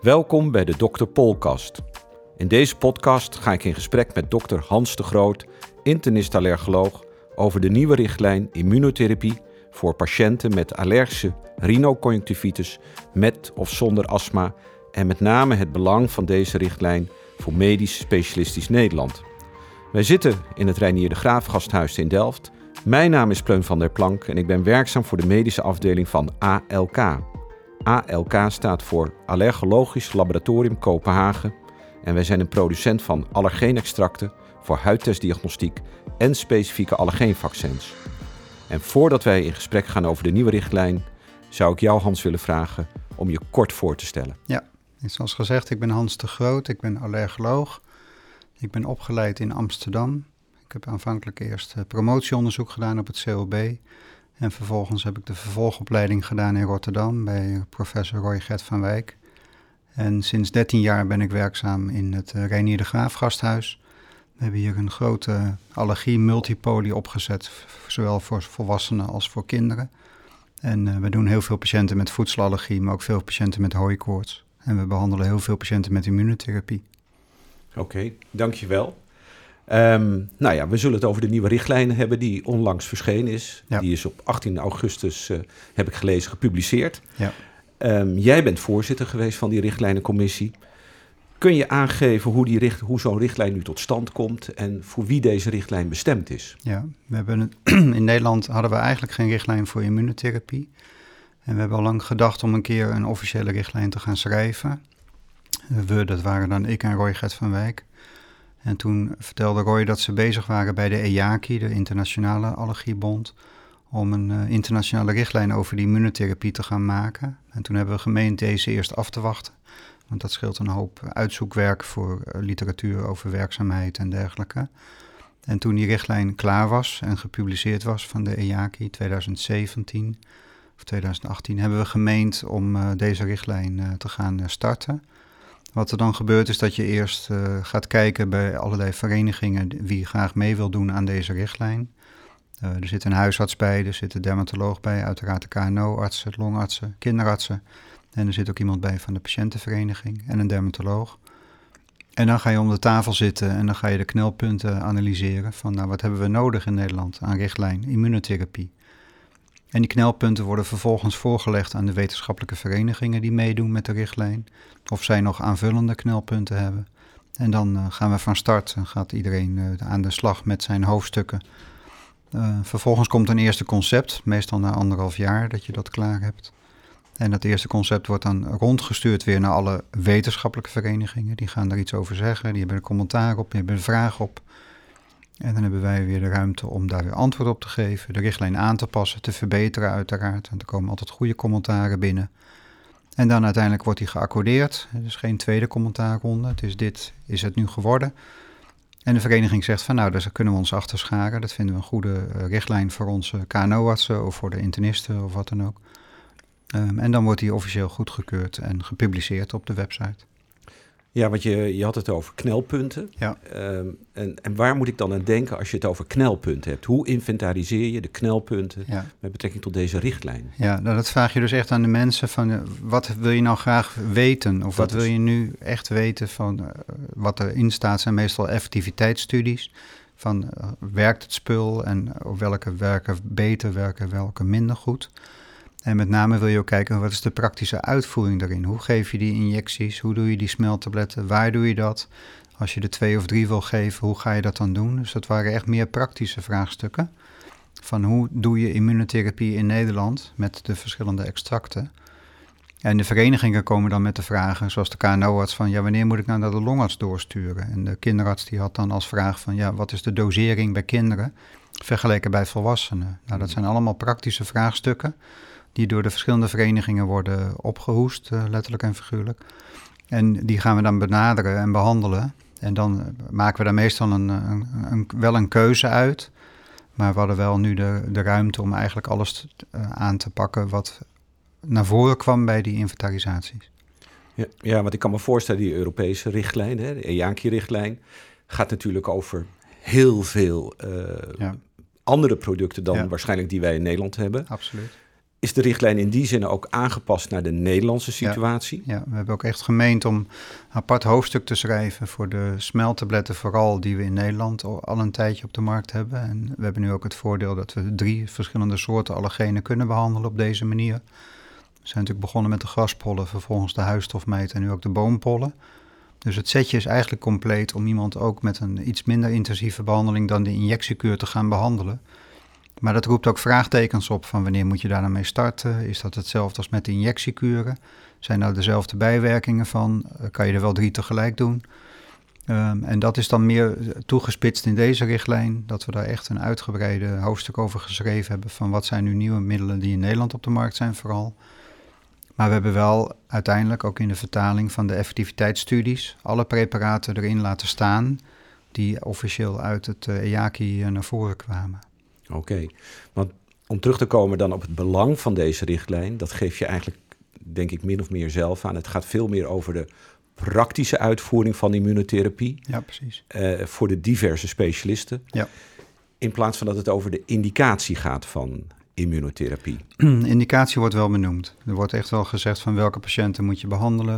Welkom bij de Dr. Polkast. In deze podcast ga ik in gesprek met dokter Hans de Groot, internist-allergoloog, over de nieuwe richtlijn immunotherapie voor patiënten met allergische rhinoconjunctivitis met of zonder astma en met name het belang van deze richtlijn voor medisch specialistisch Nederland. Wij zitten in het Reinier de Graaf Gasthuis in Delft. Mijn naam is Pleun van der Plank en ik ben werkzaam voor de medische afdeling van ALK. ALK staat voor Allergologisch Laboratorium Kopenhagen en wij zijn een producent van allergeenextracten voor huidtestdiagnostiek en specifieke allergeenvaccins. En voordat wij in gesprek gaan over de nieuwe richtlijn, zou ik jou, Hans, willen vragen om je kort voor te stellen. Ja, zoals gezegd, ik ben Hans de Groot, ik ben allergoloog. Ik ben opgeleid in Amsterdam. Ik heb aanvankelijk eerst promotieonderzoek gedaan op het COB. En vervolgens heb ik de vervolgopleiding gedaan in Rotterdam bij professor Roy Gert van Wijk. En sinds 13 jaar ben ik werkzaam in het Reinier de Graaf Gasthuis. We hebben hier een grote allergie-multipolie opgezet, zowel voor volwassenen als voor kinderen. En we doen heel veel patiënten met voedselallergie, maar ook veel patiënten met hooikoorts. En we behandelen heel veel patiënten met immunotherapie. Oké, dankjewel. We zullen het over de nieuwe richtlijn hebben die onlangs verschenen is. Ja. Die is op 18 augustus, heb ik gelezen, gepubliceerd. Ja. Jij bent voorzitter geweest van die richtlijnencommissie. Kun je aangeven hoe zo'n richtlijn nu tot stand komt en voor wie deze richtlijn bestemd is? Ja, in Nederland hadden we eigenlijk geen richtlijn voor immunotherapie. En we hebben al lang gedacht om een keer een officiële richtlijn te gaan schrijven. Dat waren dan ik en Roy Gert van Wijk. En toen vertelde Roy dat ze bezig waren bij de EAACI, de Internationale Allergiebond, om een internationale richtlijn over de immunotherapie te gaan maken. En toen hebben we gemeend deze eerst af te wachten, want dat scheelt een hoop uitzoekwerk voor literatuur over werkzaamheid en dergelijke. En toen die richtlijn klaar was en gepubliceerd was van de EAACI 2017 of 2018, hebben we gemeend om deze richtlijn te gaan starten. Wat er dan gebeurt is dat je eerst gaat kijken bij allerlei verenigingen wie graag mee wil doen aan deze richtlijn. Er zit een huisarts bij, er zit een dermatoloog bij, uiteraard de KNO-artsen, longartsen, kinderartsen. En er zit ook iemand bij van de patiëntenvereniging en een dermatoloog. En dan ga je om de tafel zitten en dan ga je de knelpunten analyseren van wat hebben we nodig in Nederland aan richtlijn immunotherapie. En die knelpunten worden vervolgens voorgelegd aan de wetenschappelijke verenigingen die meedoen met de richtlijn. Of zij nog aanvullende knelpunten hebben. En dan gaan we van start en gaat iedereen aan de slag met zijn hoofdstukken. Vervolgens komt een eerste concept, meestal na 1,5 jaar dat je dat klaar hebt. En dat eerste concept wordt dan rondgestuurd weer naar alle wetenschappelijke verenigingen. Die gaan er iets over zeggen, die hebben er commentaar op, die hebben er vragen op. En dan hebben wij weer de ruimte om daar weer antwoord op te geven, de richtlijn aan te passen, te verbeteren uiteraard. Want er komen altijd goede commentaren binnen. En dan uiteindelijk wordt die geaccordeerd. Dus geen tweede commentaarronde. Het is dit, is het nu geworden. En de vereniging zegt van daar kunnen we ons achter scharen. Dat vinden we een goede richtlijn voor onze KNO-artsen of voor de internisten of wat dan ook. En dan wordt die officieel goedgekeurd en gepubliceerd op de website. Ja, want je had het over knelpunten. Ja. En waar moet ik dan aan denken als je het over knelpunten hebt? Hoe inventariseer je de knelpunten met betrekking tot deze richtlijn? Ja, dat vraag je dus echt aan de mensen van wat wil je nou graag weten? Of wat wil je nu echt weten van wat erin staat? Zijn meestal effectiviteitsstudies van werkt het spul en welke werken beter, welke minder goed? En met name wil je ook kijken, wat is de praktische uitvoering daarin? Hoe geef je die injecties? Hoe doe je die smeltabletten? Waar doe je dat? Als je er 2 of 3 wil geven, hoe ga je dat dan doen? Dus dat waren echt meer praktische vraagstukken. Van hoe doe je immunotherapie in Nederland met de verschillende extracten? En de verenigingen komen dan met de vragen, zoals de KNO-arts, van wanneer moet ik nou naar de longarts doorsturen? En de kinderarts die had dan als vraag van wat is de dosering bij kinderen vergeleken bij volwassenen? Nou, dat zijn allemaal praktische vraagstukken die door de verschillende verenigingen worden opgehoest, letterlijk en figuurlijk. En die gaan we dan benaderen en behandelen. En dan maken we daar meestal wel een keuze uit. Maar we hadden wel nu de ruimte om eigenlijk alles aan te pakken wat naar voren kwam bij die inventarisaties. Ja, want ik kan me voorstellen, die Europese richtlijn, de EAACI-richtlijn, gaat natuurlijk over heel veel andere producten dan waarschijnlijk die wij in Nederland hebben. Absoluut. Is de richtlijn in die zin ook aangepast naar de Nederlandse situatie? Ja, we hebben ook echt gemeend om een apart hoofdstuk te schrijven voor de smeltabletten vooral die we in Nederland al een tijdje op de markt hebben. En we hebben nu ook het voordeel dat we 3 verschillende soorten allergenen kunnen behandelen op deze manier. We zijn natuurlijk begonnen met de graspollen, vervolgens de huisstofmijt en nu ook de boompollen. Dus het setje is eigenlijk compleet om iemand ook met een iets minder intensieve behandeling dan de injectiekuur te gaan behandelen. Maar dat roept ook vraagtekens op van wanneer moet je daar nou mee starten? Is dat hetzelfde als met de injectiekuren? Zijn nou dezelfde bijwerkingen van? Kan je er wel 3 tegelijk doen? En dat is dan meer toegespitst in deze richtlijn, dat we daar echt een uitgebreide hoofdstuk over geschreven hebben van wat zijn nu nieuwe middelen die in Nederland op de markt zijn vooral. Maar we hebben wel uiteindelijk ook in de vertaling van de effectiviteitsstudies alle preparaten erin laten staan die officieel uit het EACI naar voren kwamen. Oké, want om terug te komen dan op het belang van deze richtlijn, dat geef je eigenlijk, denk ik, min of meer zelf aan. Het gaat veel meer over de praktische uitvoering van immunotherapie. Ja, precies. Voor de diverse specialisten. Ja. In plaats van dat het over de indicatie gaat van immunotherapie. Indicatie wordt wel benoemd. Er wordt echt wel gezegd van welke patiënten moet je behandelen,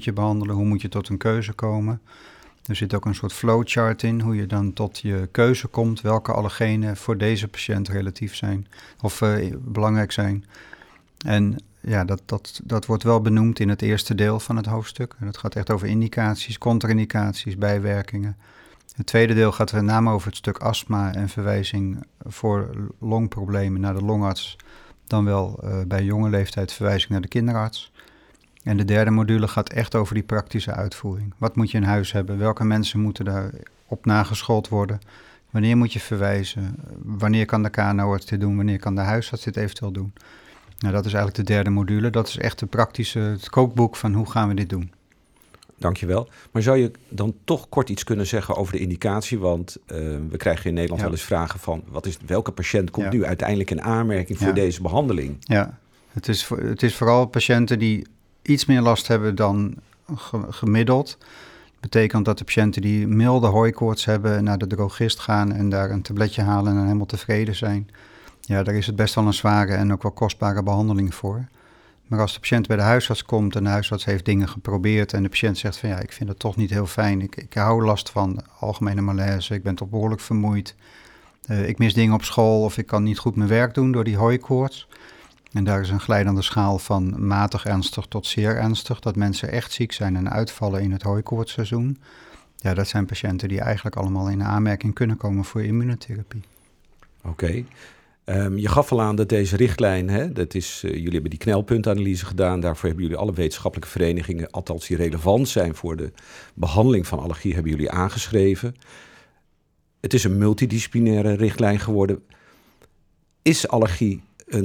hoe moet je tot een keuze komen. Er zit ook een soort flowchart in, hoe je dan tot je keuze komt, welke allergenen voor deze patiënt relatief zijn of belangrijk zijn. En ja, dat wordt wel benoemd in het eerste deel van het hoofdstuk. En dat gaat echt over indicaties, contra-indicaties, bijwerkingen. Het tweede deel gaat met name over het stuk astma en verwijzing voor longproblemen naar de longarts. Dan wel bij jonge leeftijd verwijzing naar de kinderarts. En de derde module gaat echt over die praktische uitvoering. Wat moet je in huis hebben? Welke mensen moeten daarop nageschoold worden? Wanneer moet je verwijzen? Wanneer kan de KNO-arts dit doen? Wanneer kan de huisarts dit eventueel doen? Nou, dat is eigenlijk de derde module. Dat is echt het kookboek van hoe gaan we dit doen. Dankjewel. Maar zou je dan toch kort iets kunnen zeggen over de indicatie? Want we krijgen in Nederland wel eens vragen van welke patiënt komt nu uiteindelijk in aanmerking voor deze behandeling? Ja, het is vooral patiënten die iets meer last hebben dan gemiddeld. Dat betekent dat de patiënten die milde hooikoorts hebben naar de drogist gaan en daar een tabletje halen en helemaal tevreden zijn. Ja, daar is het best wel een zware en ook wel kostbare behandeling voor. Maar als de patiënt bij de huisarts komt en de huisarts heeft dingen geprobeerd en de patiënt zegt van ja, ik vind het toch niet heel fijn. Ik hou last van algemene malaise, ik ben toch behoorlijk vermoeid. Ik mis dingen op school of ik kan niet goed mijn werk doen door die hooikoorts. En daar is een glijdende schaal van matig ernstig tot zeer ernstig, dat mensen echt ziek zijn en uitvallen in het hooikoortsseizoen. Ja, dat zijn patiënten die eigenlijk allemaal in aanmerking kunnen komen voor immunotherapie. Oké. Je gaf al aan dat deze richtlijn, jullie hebben die knelpuntanalyse gedaan. Daarvoor hebben jullie alle wetenschappelijke verenigingen, althans die relevant zijn voor de behandeling van allergie, hebben jullie aangeschreven. Het is een multidisciplinaire richtlijn geworden. Is allergie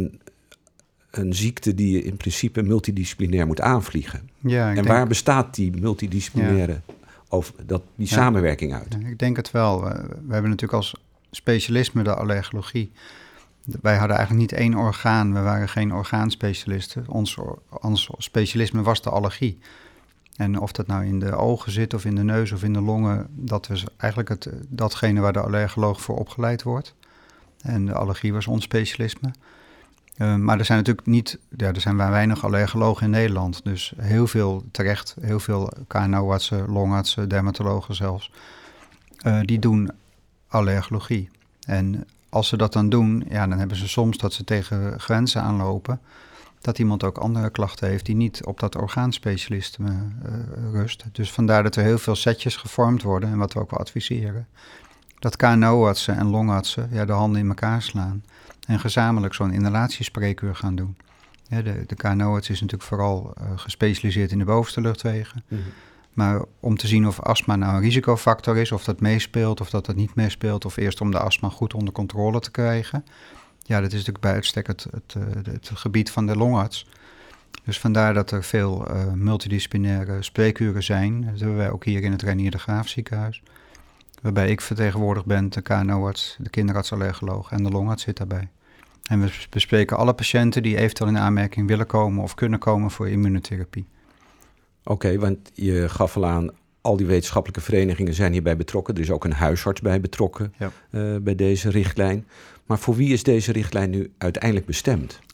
een ziekte die je in principe multidisciplinair moet aanvliegen? Ja, waar bestaat die multidisciplinaire samenwerking uit? Ik denk het wel. We hebben natuurlijk als specialisme de allergologie. Wij hadden eigenlijk niet één orgaan, we waren geen orgaanspecialisten. Ons specialisme was de allergie. En of dat nou in de ogen zit of in de neus of in de longen, dat is eigenlijk datgene waar de allergoloog voor opgeleid wordt. En de allergie was ons specialisme. Maar er zijn natuurlijk er zijn maar weinig allergologen in Nederland. Dus heel veel KNO-artsen, longartsen, dermatologen zelfs, die doen allergologie. En als ze dat dan doen, dan hebben ze soms dat ze tegen grenzen aanlopen, dat iemand ook andere klachten heeft die niet op dat orgaanspecialisme rust. Dus vandaar dat er heel veel setjes gevormd worden en wat we ook wel adviseren. Dat KNO-artsen en longartsen de handen in elkaar slaan en gezamenlijk zo'n inhalatiespreekuur gaan doen. De KNO-arts is natuurlijk vooral gespecialiseerd in de bovenste luchtwegen. Mm-hmm. Maar om te zien of astma nou een risicofactor is, of dat meespeelt, of dat het niet meespeelt, of eerst om de astma goed onder controle te krijgen. Ja, dat is natuurlijk bij uitstek het gebied van de longarts. Dus vandaar dat er veel multidisciplinaire spreekuren zijn. Dat hebben wij ook hier in het Reinier de Graaf ziekenhuis. Waarbij ik vertegenwoordigd ben, de KNO-arts, de kinderartsallergoloog en de longarts zit daarbij. En we bespreken alle patiënten die eventueel in aanmerking willen komen of kunnen komen voor immunotherapie. Oké, want je gaf al aan, al die wetenschappelijke verenigingen zijn hierbij betrokken. Er is ook een huisarts bij betrokken bij deze richtlijn. Maar voor wie is deze richtlijn nu uiteindelijk bestemd?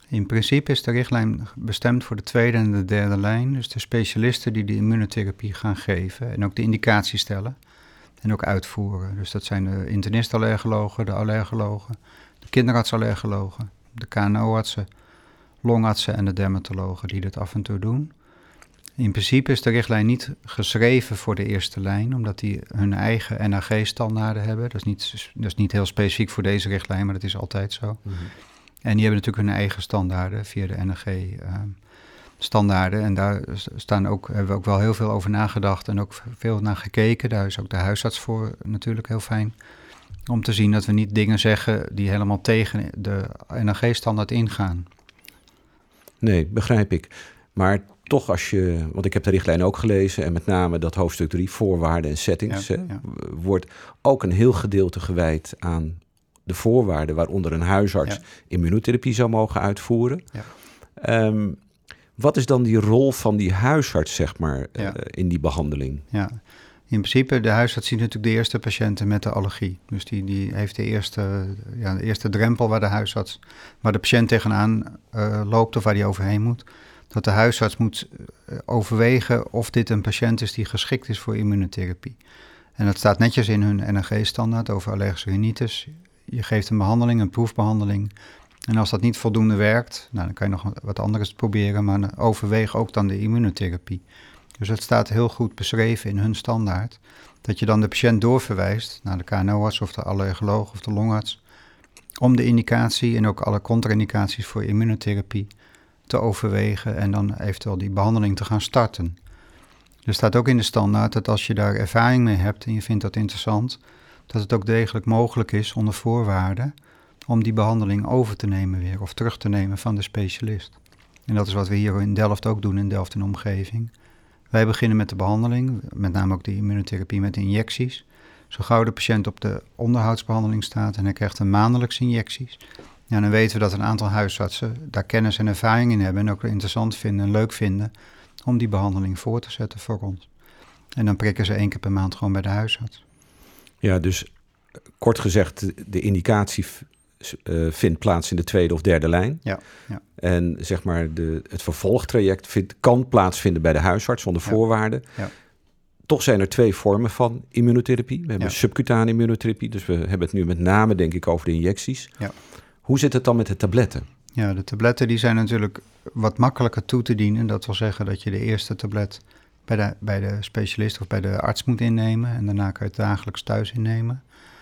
In principe is de richtlijn bestemd voor de tweede en de derde lijn. Dus de specialisten die de immunotherapie gaan geven en ook de indicatie stellen en ook uitvoeren. Dus dat zijn de internist-allergologen, de allergologen, de kinderarts-allergologen, de KNO-artsen, longartsen en de dermatologen die dit af en toe doen. In principe is de richtlijn niet geschreven voor de eerste lijn, omdat die hun eigen NAG-standaarden hebben. Dat is niet heel specifiek voor deze richtlijn, maar dat is altijd zo. Mm-hmm. En die hebben natuurlijk hun eigen standaarden via de NAG-standaarden. En daar hebben we ook wel heel veel over nagedacht en ook veel naar gekeken. Daar is ook de huisarts voor natuurlijk heel fijn. Om te zien dat we niet dingen zeggen die helemaal tegen de NAG-standaard ingaan. Nee, begrijp ik. Maar toch want ik heb de richtlijn ook gelezen en met name dat hoofdstuk 3, voorwaarden en settings, wordt ook een heel gedeelte gewijd aan de voorwaarden waaronder een huisarts immunotherapie zou mogen uitvoeren. Ja. Wat is dan die rol van die huisarts, zeg maar, in die behandeling? Ja, in principe, de huisarts ziet natuurlijk de eerste patiënten met de allergie. Dus die heeft de eerste drempel waar de patiënt tegenaan loopt of waar die overheen moet. Dat de huisarts moet overwegen of dit een patiënt is die geschikt is voor immunotherapie. En dat staat netjes in hun NAG-standaard over allergische rhinitis. Je geeft een behandeling, een proefbehandeling. En als dat niet voldoende werkt, dan kan je nog wat anders proberen, maar overweeg ook dan de immunotherapie. Dus dat staat heel goed beschreven in hun standaard. Dat je dan de patiënt doorverwijst naar de KNO-arts of de allergoloog of de longarts, om de indicatie en ook alle contra-indicaties voor immunotherapie te overwegen en dan eventueel die behandeling te gaan starten. Er staat ook in de standaard dat als je daar ervaring mee hebt en je vindt dat interessant, dat het ook degelijk mogelijk is onder voorwaarden om die behandeling over te nemen weer of terug te nemen van de specialist. En dat is wat we hier in Delft ook doen, in Delft en omgeving. Wij beginnen met de behandeling, met name ook de immunotherapie met injecties. Zo gauw de patiënt op de onderhoudsbehandeling staat en hij krijgt een maandelijks injecties, ja, dan weten we dat een aantal huisartsen daar kennis en ervaring in hebben en ook interessant vinden en leuk vinden om die behandeling voor te zetten voor ons. En dan prikken ze 1 keer per maand gewoon bij de huisarts. Ja, dus kort gezegd, de indicatie vindt plaats in de tweede of derde lijn. Ja. En zeg maar het vervolgtraject kan plaatsvinden bij de huisarts onder voorwaarden. Ja. Toch zijn er 2 vormen van immunotherapie. We hebben subcutane immunotherapie, dus we hebben het nu met name denk ik over de injecties. Ja. Hoe zit het dan met de tabletten? Ja, de tabletten die zijn natuurlijk wat makkelijker toe te dienen. Dat wil zeggen dat je de eerste tablet bij de specialist of bij de arts moet innemen en daarna kan je het dagelijks thuis innemen.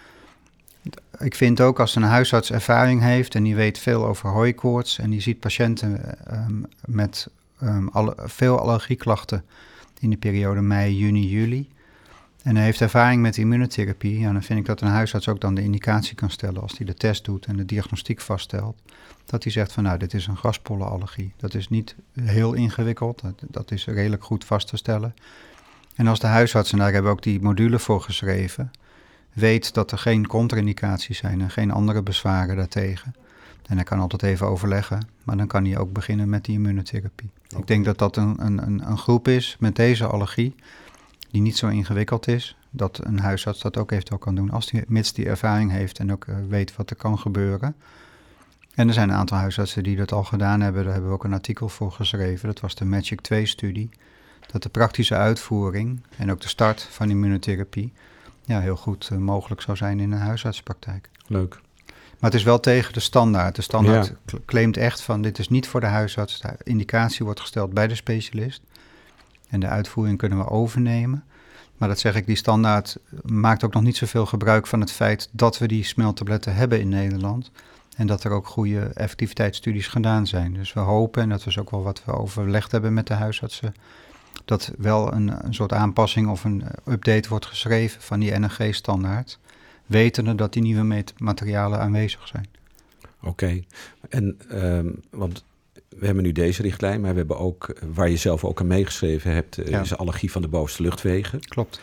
Ik vind ook als een huisarts ervaring heeft en die weet veel over hooikoorts en die ziet patiënten met veel allergieklachten in de periode mei, juni, juli en hij heeft ervaring met immunotherapie, ja, dan vind ik dat een huisarts ook dan de indicatie kan stellen als hij de test doet en de diagnostiek vaststelt. Dat hij zegt van nou, dit is een graspollenallergie. Dat is niet heel ingewikkeld, dat is redelijk goed vast te stellen. En als de huisarts, en daar hebben we ook die module voor geschreven, weet dat er geen contra-indicaties zijn en geen andere bezwaren daartegen. En hij kan altijd even overleggen, maar dan kan hij ook beginnen met die immunotherapie. Okay. Ik denk dat dat een groep is met deze allergie, die niet zo ingewikkeld is, dat een huisarts dat ook eventueel kan doen, mits die ervaring heeft en ook weet wat er kan gebeuren. En er zijn een aantal huisartsen die dat al gedaan hebben, daar hebben we ook een artikel voor geschreven. Dat was de Magic 2-studie, dat de praktische uitvoering en ook de start van immunotherapie heel goed mogelijk zou zijn in een huisartspraktijk. Leuk. Maar het is wel tegen de standaard. De standaard claimt echt van dit is niet voor de huisarts. De indicatie wordt gesteld bij de specialist. En de uitvoering kunnen we overnemen. Maar dat zeg ik, die standaard maakt ook nog niet zoveel gebruik van het feit dat we die smeltabletten hebben in Nederland. En dat er ook goede effectiviteitsstudies gedaan zijn. Dus we hopen, en dat was ook wel wat we overlegd hebben met de huisartsen, dat wel een soort aanpassing of een update wordt geschreven van die NAG-standaard, wetende dat die nieuwe materialen aanwezig zijn. Oké. En want we hebben nu deze richtlijn, maar we hebben ook, waar je zelf ook aan meegeschreven hebt, is de allergie van de bovenste luchtwegen. Klopt.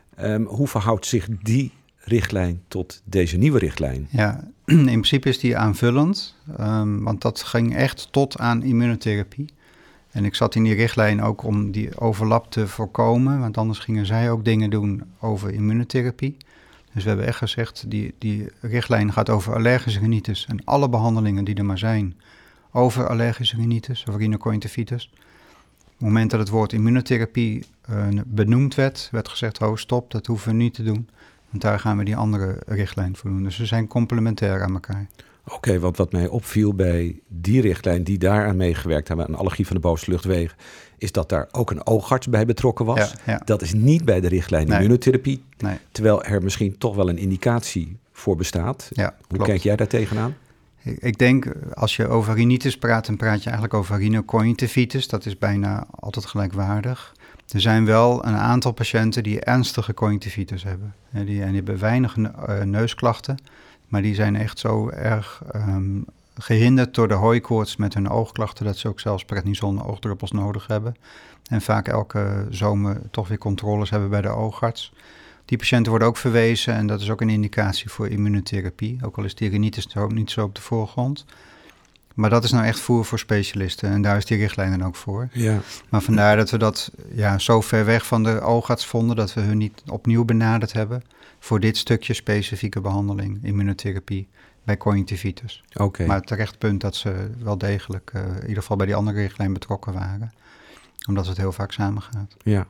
Hoe verhoudt zich die richtlijn tot deze nieuwe richtlijn? Ja, in principe is die aanvullend, want dat ging echt tot aan immunotherapie. En ik zat in die richtlijn ook om die overlap te voorkomen, want anders gingen zij ook dingen doen over immunotherapie. Dus we hebben echt gezegd, die richtlijn gaat over allergische rhinitis en alle behandelingen die er maar zijn, over allergische rhinitis of rhinoconjunctivitis. Op het moment dat het woord immunotherapie benoemd werd gezegd, stop, dat hoeven we niet te doen. Want daar gaan we die andere richtlijn voor doen. Dus ze zijn complementair aan elkaar. Oké, want wat mij opviel bij die richtlijn die daaraan meegewerkt hebben, aan allergie van de bovenste luchtwegen, is dat daar ook een oogarts bij betrokken was. Ja. Dat is niet bij de richtlijn immunotherapie, terwijl er misschien toch wel een indicatie voor bestaat. Ja, hoe kijk jij daar tegenaan? Ik denk, als je over rhinitis praat, dan praat je eigenlijk over rhinoconjunctivitis. Dat is bijna altijd gelijkwaardig. Er zijn wel een aantal patiënten die ernstige conjunctivitis hebben. En die hebben weinig neusklachten, maar die zijn echt zo erg gehinderd door de hooikoorts met hun oogklachten, dat ze ook zelfs prednison oogdruppels nodig hebben. En vaak elke zomer toch weer controles hebben bij de oogarts. Die patiënten worden ook verwezen en dat is ook een indicatie voor immunotherapie. Ook al is die rhinitis ook niet zo op de voorgrond. Maar dat is nou echt voer voor specialisten en daar is die richtlijn dan ook voor. Ja. Maar vandaar dat we dat zo ver weg van de oogarts vonden dat we hun niet opnieuw benaderd hebben voor dit stukje specifieke behandeling, immunotherapie, bij conjunctivitis. Okay. Maar het terecht punt dat ze wel degelijk, in ieder geval bij die andere richtlijn betrokken waren, omdat het heel vaak samengaat. Ja.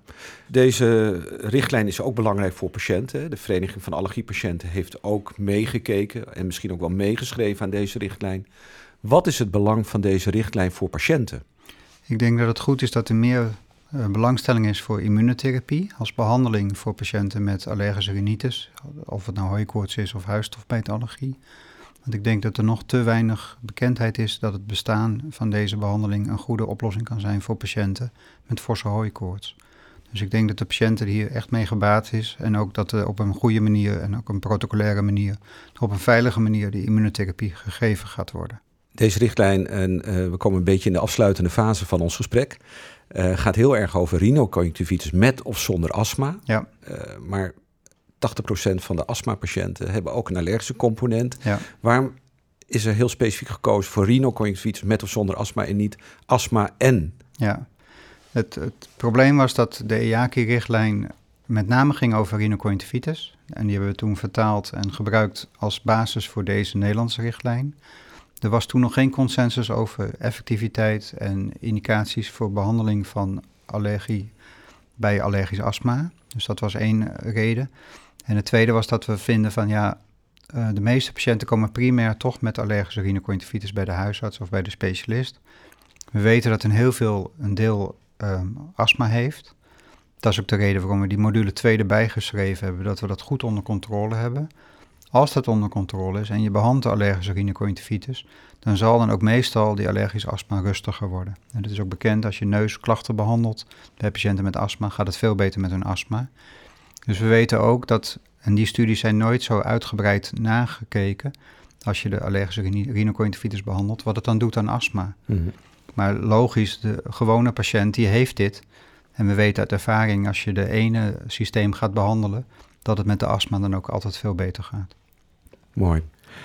Deze richtlijn is ook belangrijk voor patiënten. De Vereniging van Allergiepatiënten heeft ook meegekeken en misschien ook wel meegeschreven aan deze richtlijn. Wat is het belang van deze richtlijn voor patiënten? Ik denk dat het goed is dat er meer belangstelling is voor immunotherapie als behandeling voor patiënten met allergische rhinitis, of het nou hooikoorts is of huisstofmijtallergie. Want ik denk dat er nog te weinig bekendheid is dat het bestaan van deze behandeling een goede oplossing kan zijn voor patiënten met forse hooikoorts. Dus ik denk dat de patiënt er hier echt mee gebaat is en ook dat er op een goede manier en ook een protocolaire manier, op een veilige manier de immunotherapie gegeven gaat worden. Deze richtlijn, en we komen een beetje in de afsluitende fase van ons gesprek, gaat heel erg over rhinoconjunctivitis met of zonder astma. Ja. Maar 80% van de astmapatiënten hebben ook een allergische component. Ja. Waarom is er heel specifiek gekozen voor rhinoconjunctivitis met of zonder astma en niet astma en? Ja, het probleem was dat de EACI-richtlijn met name ging over rhinoconjunctivitis. En die hebben we toen vertaald en gebruikt als basis voor deze Nederlandse richtlijn. Er was toen nog geen consensus over effectiviteit en indicaties voor behandeling van allergie bij allergisch astma. Dus dat was één reden. En het tweede was dat we vinden van de meeste patiënten komen primair toch met allergische rhinoconjunctivitis bij de huisarts of bij de specialist. We weten dat een deel astma heeft. Dat is ook de reden waarom we die module 2 erbij geschreven hebben, dat we dat goed onder controle hebben. Als dat onder controle is en je behandelt de allergische rhinoconjunctivitis, dan zal dan ook meestal die allergische astma rustiger worden. En het is ook bekend, als je neusklachten behandelt bij patiënten met astma, gaat het veel beter met hun astma. Dus we weten ook dat, en die studies zijn nooit zo uitgebreid nagekeken, als je de allergische rhinoconjunctivitis behandelt, wat het dan doet aan astma. Mm-hmm. Maar logisch, de gewone patiënt die heeft dit. En we weten uit ervaring, als je de ene systeem gaat behandelen, dat het met de astma dan ook altijd veel beter gaat. Mooi.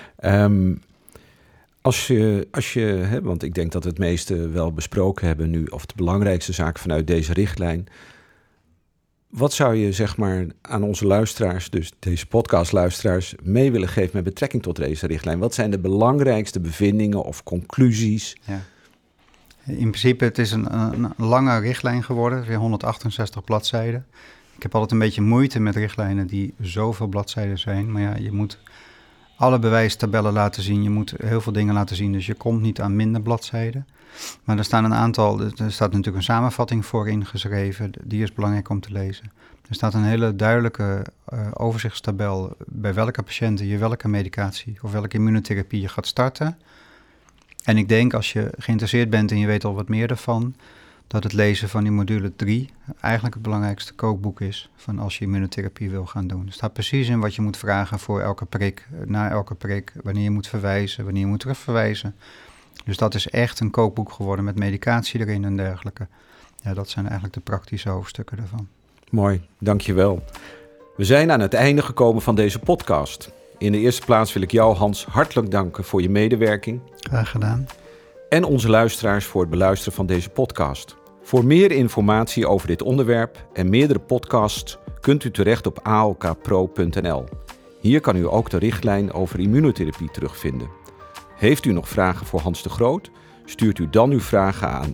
Want ik denk dat we het meeste wel besproken hebben nu, of de belangrijkste zaak vanuit deze richtlijn. Wat zou je aan onze luisteraars, dus deze podcastluisteraars, mee willen geven met betrekking tot deze richtlijn? Wat zijn de belangrijkste bevindingen of conclusies? Ja. In principe, het is een lange richtlijn geworden, weer 168 bladzijden. Ik heb altijd een beetje moeite met richtlijnen die zoveel bladzijden zijn. Maar je moet alle bewijstabellen laten zien, je moet heel veel dingen laten zien. Dus je komt niet aan minder bladzijden. Maar er staat natuurlijk een samenvatting voor ingeschreven. Die is belangrijk om te lezen. Er staat een hele duidelijke overzichtstabel bij welke patiënten je welke medicatie of welke immunotherapie je gaat starten. En ik denk, als je geïnteresseerd bent en je weet al wat meer ervan, dat het lezen van die module 3 eigenlijk het belangrijkste kookboek is van als je immunotherapie wil gaan doen. Er staat precies in wat je moet vragen voor elke prik, na elke prik, wanneer je moet verwijzen, wanneer je moet terugverwijzen. Dus dat is echt een kookboek geworden met medicatie erin en dergelijke. Ja, dat zijn eigenlijk de praktische hoofdstukken daarvan. Mooi, dankjewel. We zijn aan het einde gekomen van deze podcast. In de eerste plaats wil ik jou, Hans, hartelijk danken voor je medewerking. Graag gedaan. En onze luisteraars voor het beluisteren van deze podcast. Voor meer informatie over dit onderwerp en meerdere podcasts kunt u terecht op alkpro.nl. Hier kan u ook de richtlijn over immunotherapie terugvinden. Heeft u nog vragen voor Hans de Groot? Stuurt u dan uw vragen aan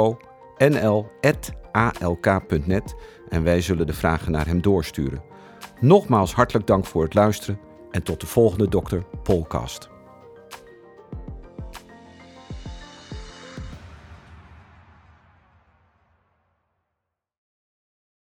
info@nl@alk.net en wij zullen de vragen naar hem doorsturen. Nogmaals hartelijk dank voor het luisteren en tot de volgende Dr. Polcast.